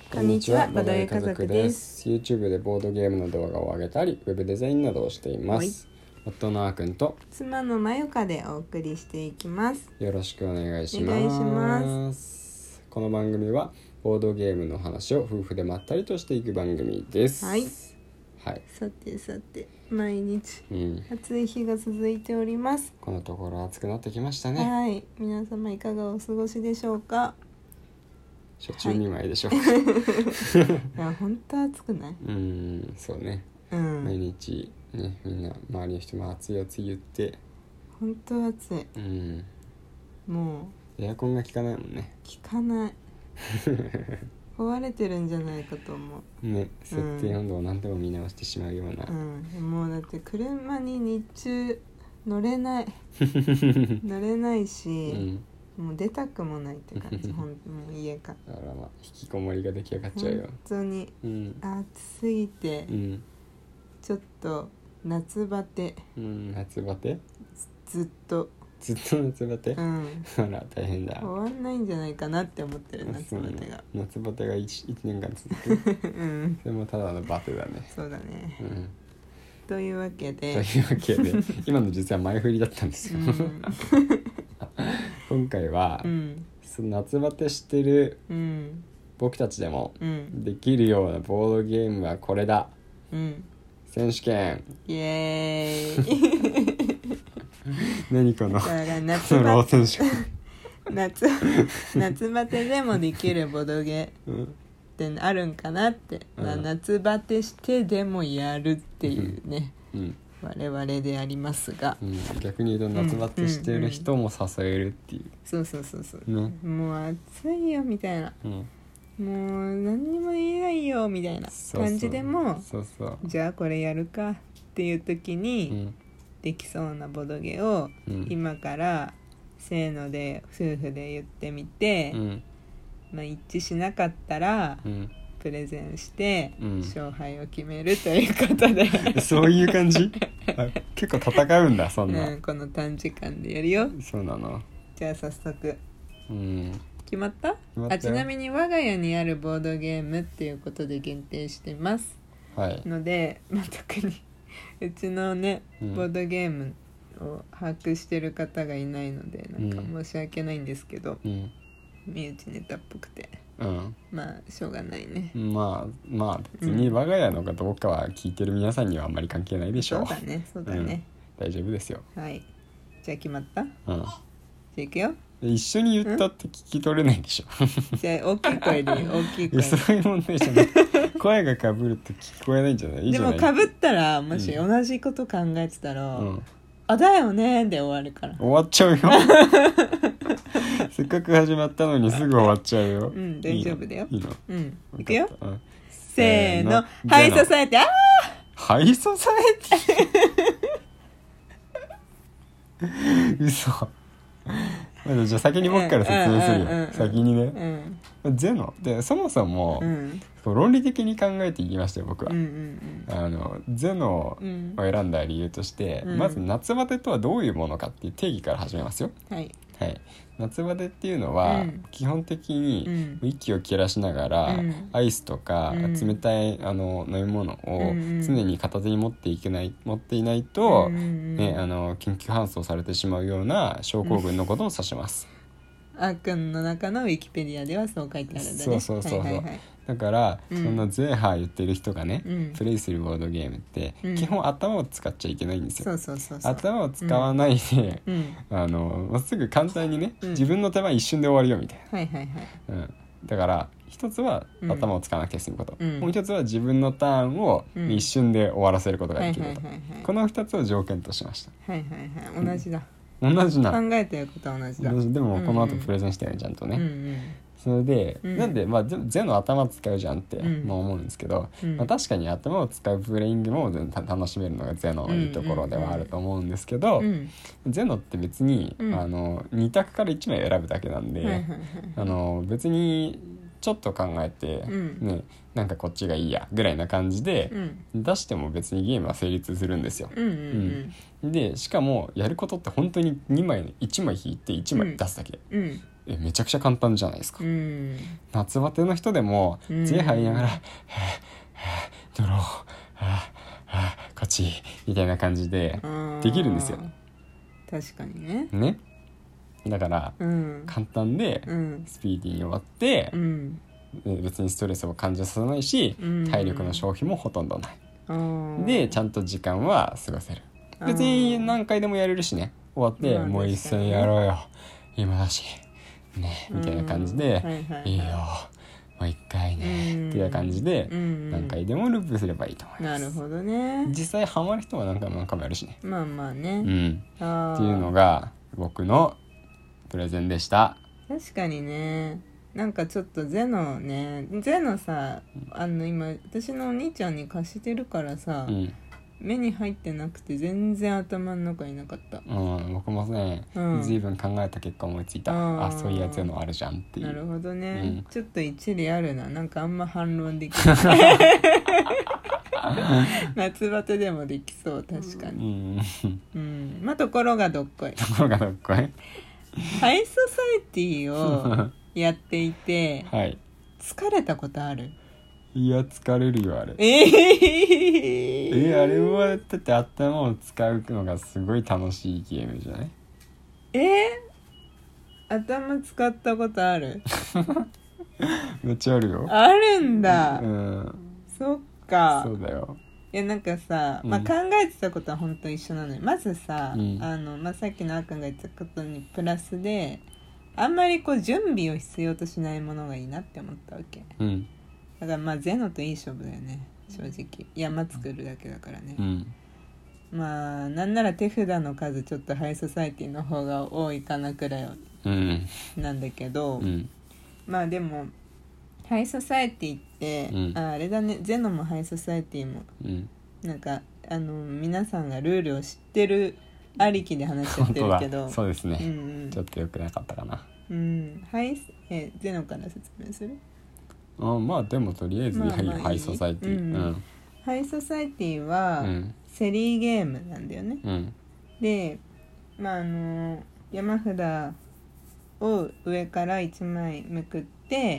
こんにちは、 ボードゲー家族です。 YouTube でボードゲームの動画を上げたり、ウェブデザインなどをしています。夫のあーくんと妻のまゆかでお送りしていきます。 よろしくお願いします。 お願いします。 この番組はボードゲームの話を夫婦でまったりとしていく番組です。 はい、 はい、 さて毎日、暑い日が続いております。 このところ暑くなってきましたね。 はい、皆様いかがお過ごしでしょうか。 初中見舞いでしょうか、 いや本当暑くない？ そうね、毎日ね、みんな周りの人も暑い言って本当暑い。もうエアコンが効かないもんね。 効かない壊れてるんじゃないかと思うね。設定温度を何でも見直してしまうような、 もうだって車に日中乗れないし、もう出たくもないって感じもう家かだから引きこもりが出来上がっちゃうよ。 本当に、暑すぎて、ちょっと夏バテ、 夏バテずっと夏バテ、あら大変だ。 終わんないんじゃないかなって思ってる。夏バテが夏バテが 1年間続くそれもただのバテだね。 そうだね、というわけで今の実は前振りだったんですよ、今回は、その夏バテしてる、僕たちでもできるようなボードゲームはこれだ、選手権イエーイ何このだから夏バテでもできるボドゲってあるんかなって、夏バテしてでもやるっていうね、我々でありますが、 逆に言うと夏バテしてる人も誘えるっていう、 そう、もう暑いよみたいな、もう何にも言えないよみたいな感じでも、じゃあこれやるかっていう時に、できそうなボドゲを、今からせーので夫婦で言ってみて、一致しなかったら、プレゼンして、勝敗を決めるということでそういう感じ結構戦うんだそんな、 この短時間でやるよ。 そうなの。 じゃあ早速、決まった？ちなみに我が家にあるボードゲームっていうことで限定してます、ので、特にうちのね、ボードゲームを把握してる方がいないのでなんか申し訳ないんですけど、身内ネタっぽくて、しょうがないね。 別に我が家のかどうかは聞いてる皆さんにはあんまり関係ないでしょう。 そうだね、 大丈夫ですよ。 はい、じゃあ決まった？じゃあいくよ。 一緒に言ったって聞き取れないでしょじゃあ大きい声で大きい声でそういう問題じゃない声が被ると聞こえないんじゃない？ でも被ったら、もし同じこと考えてたら、あ、だよねで終わるから。 終わっちゃうよせっかく始まったのにすぐ終わっちゃうよ。 大丈夫だよ。 いいの？ いくよ、せーの、ハイソサエティ。 ハイソサエティ嘘じゃあ先に僕から説明するよ、先にね、ゼノでそもそも、論理的に考えていきましたよ僕は、ゼノを選んだ理由として、まず夏バテとはどういうものかっていう定義から始めますよ。夏バテっていうのは、基本的に息を切らしながら、アイスとか冷たい飲み物を常に片手に持っていないと、緊急搬送されてしまうような症候群のことを指します。 あーくんの中のウィキペディアではそう書いてあるんだね。 そうだから、そんなゼーハー言ってる人がね、プレイするボードゲームって、基本頭を使っちゃいけないんですよ。頭を使わないで、まっすぐ簡単にね、自分の手間一瞬で終わるよみたいな、だから一つは頭を使わなくて済むこと、もう一つは自分のターンを一瞬で終わらせることができること、この二つを条件としました。 同じだ。 同じな。 考えてることは同じだ。 でもこの後プレゼンしてね、ちゃんとね。それで、なんで、ゼの頭使うじゃんって、思うんですけど、確かに頭を使うプレイングも楽しめるのがゼのいいところではあると思うんですけど、ゼノって別に、2択から1枚選ぶだけなんで、別にちょっと考えて、 うんね、なんかこっちがいいやぐらいな感じで出しても別にゲームは成立するんですよ。でしかもやることって本当に2枚1枚引いて1枚出すだけ、めちゃくちゃ簡単じゃないですか。夏バテの人でも税入りながらドローこっちみたいな感じでできるんですよ。 確かにね。だから、簡単でスピーディーに終わって、別にストレスを感じさせないし、体力の消費もほとんどないでちゃんと時間は過ごせる。別に何回でもやれるしね、終わって、もう一戦やろうよ今だしねみたいな感じで、いいよもう一回ねっていう感じで何回でもループすればいいと思います。 なるほどね。 実際ハマる人は何回も何回もやるしね。 まあまあね、 っていうのが僕のプレゼンでした。 確かにね。なんかちょっとゼノさ、今私のお兄ちゃんに貸してるからさ、目に入ってなくて全然頭の中になかった。 僕もね、随分考えた結果思いついた。そういうやつのあるじゃんっていう。 なるほどね、ちょっと一理あるな。なんかあんま反論できない。夏バテでもできそう確かに。まあところがどっこい。ハイソサイティをやっていて、疲れたことある？ いや疲れるよあれ。あれはだって頭を使うのがすごい楽しいゲームじゃない？ 頭使ったことある？ めっちゃあるよ。 あるんだ。そっか。 そうだよ。 いやなんかさ、考えてたことは本当一緒なのよ。まずさ、さっきのあーくんが言ったことにプラスで、あんまりこう準備を必要としないものがいいなって思ったわけ。だからゼノといい勝負だよね正直。山作るだけだからね。なんなら手札の数ちょっとハイソサイティの方が多いかなくらいなんだけど、でもハイソサイティって、あれだね、ゼノもハイソサイティも、なんか皆さんがルールを知ってるありきで話しちゃってるけど、 そうですね、ちょっと良くなかったかな。 ゼノから説明する？ でもとりあえずハイソサイティ、 ハイソサイティはセリーゲームなんだよね。で山札を上から1枚めくって、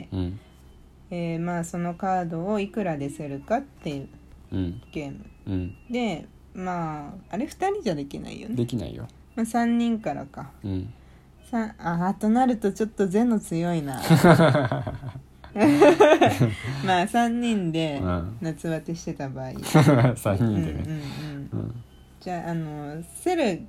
そのカードをいくらでせるかっていうゲーム、であれ2人じゃできないよね。 できないよ。 3人からか。となるとちょっとゼノ強いな。3人で夏バテしてた場合、 3人でね、 じゃあセル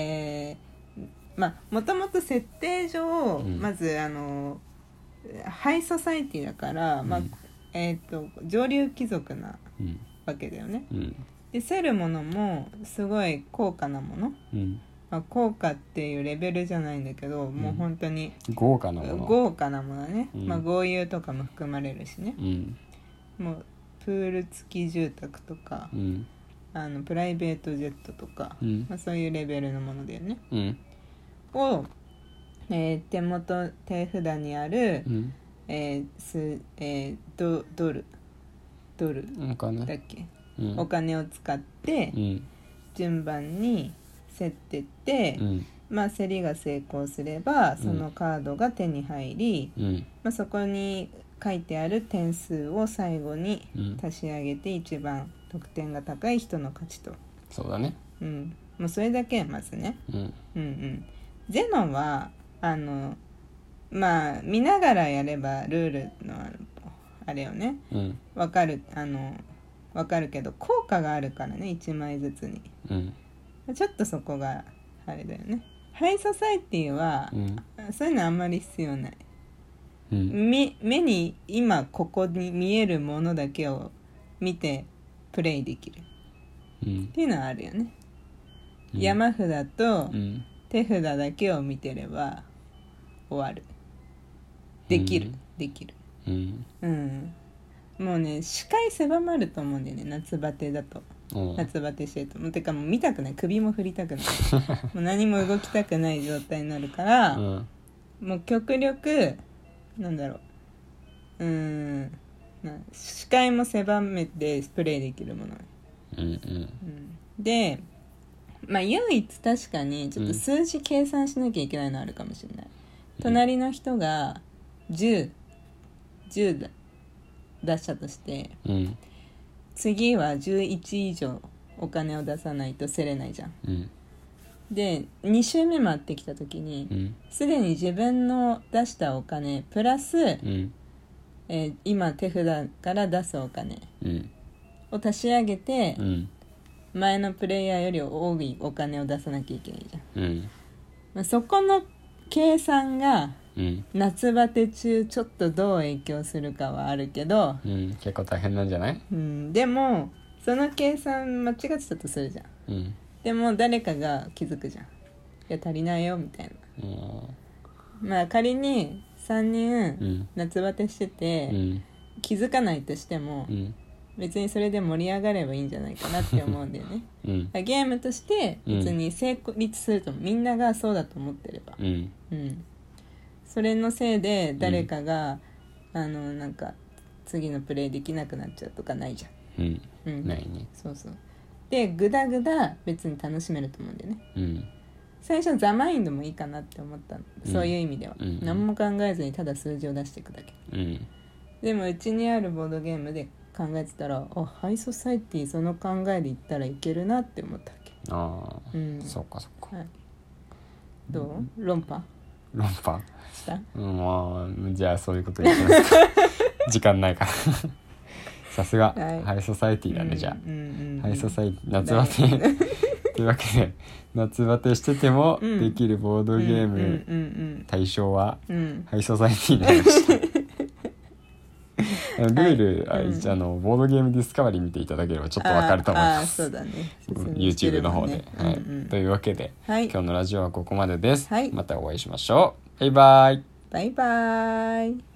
もともと設定上、まずハイソサイティだから、上流貴族なわけだよね。でせるものもすごい高価なもの、高価っていうレベルじゃないんだけど、もう本当に豪華なものね、豪遊とかも含まれるしね、もうプール付き住宅とか、プライベートジェットとか、そういうレベルのものだよね、を、手札にある、ドルだっけ、お金を使って、順番に競ってって、競りが成功すればそのカードが手に入り、そこに書いてある点数を最後に足し上げて一番得点が高い人の勝ちと。 そうだね。 もうそれだけまずね。ゼノは見ながらやればルールのあれよね、わかるけど効果があるからね、1枚ずつに、ちょっとそこがあれだよね。ハイソサイティは、そういうのあんまり必要ない、目に今ここに見えるものだけを見てプレイできる、っていうのはあるよね、山札と手札だけを見てれば終わる、できる、もうね視界狭まると思うんだよね、夏バテだと。夏バテしてるともうてかもう見たくない、首も振りたくないもう何も動きたくない状態になるから、もう極力視界も狭めてプレイできるもの、で唯一確かにちょっと数字計算しなきゃいけないのあるかもしれない、隣の人が10出したとして、次は11以上お金を出さないと競れないじゃん、で2周目回ってきた時にすでに自分の出したお金プラス、今手札から出すお金を足し上げて、前のプレイヤーより多いお金を出さなきゃいけないじゃん、そこの計算が夏バテ中ちょっとどう影響するかはあるけど、 結構大変なんじゃない？ でもその計算間違ってたとするじゃん、でも誰かが気づくじゃん、いや足りないよみたいな、仮に3人夏バテしてて、気づかないとしても、別にそれで盛り上がればいいんじゃないかなって思うんだよね、ゲームとして別に成立すると、みんながそうだと思ってれば、それのせいで誰かが、なんか次のプレイできなくなっちゃうとかないじゃん、 ないね。 そうでグダグダ別に楽しめると思うんだよね、最初ザマインドもいいかなって思ったの、そういう意味では、何も考えずにただ数字を出していくだけ、でもうちにあるボードゲームで考えてたら、ハイソサイティその考えでいったらいけるなって思ったわけ。 そうかそうか、 どう？論破した？ じゃあそういうことにしますか時間ないからさすが、ハイソサイティだね、じゃあ、ハイソサイティ夏バテというわけで、夏バテしててもできるボードゲーム対象はハイソサイティになりましたルール、ボードゲームディスカバリー見ていただければちょっとわかると思います。 そうだね、 YouTube の方で、というわけで、今日のラジオはここまでです、またお会いしましょう。バイバイ。 バイバイ。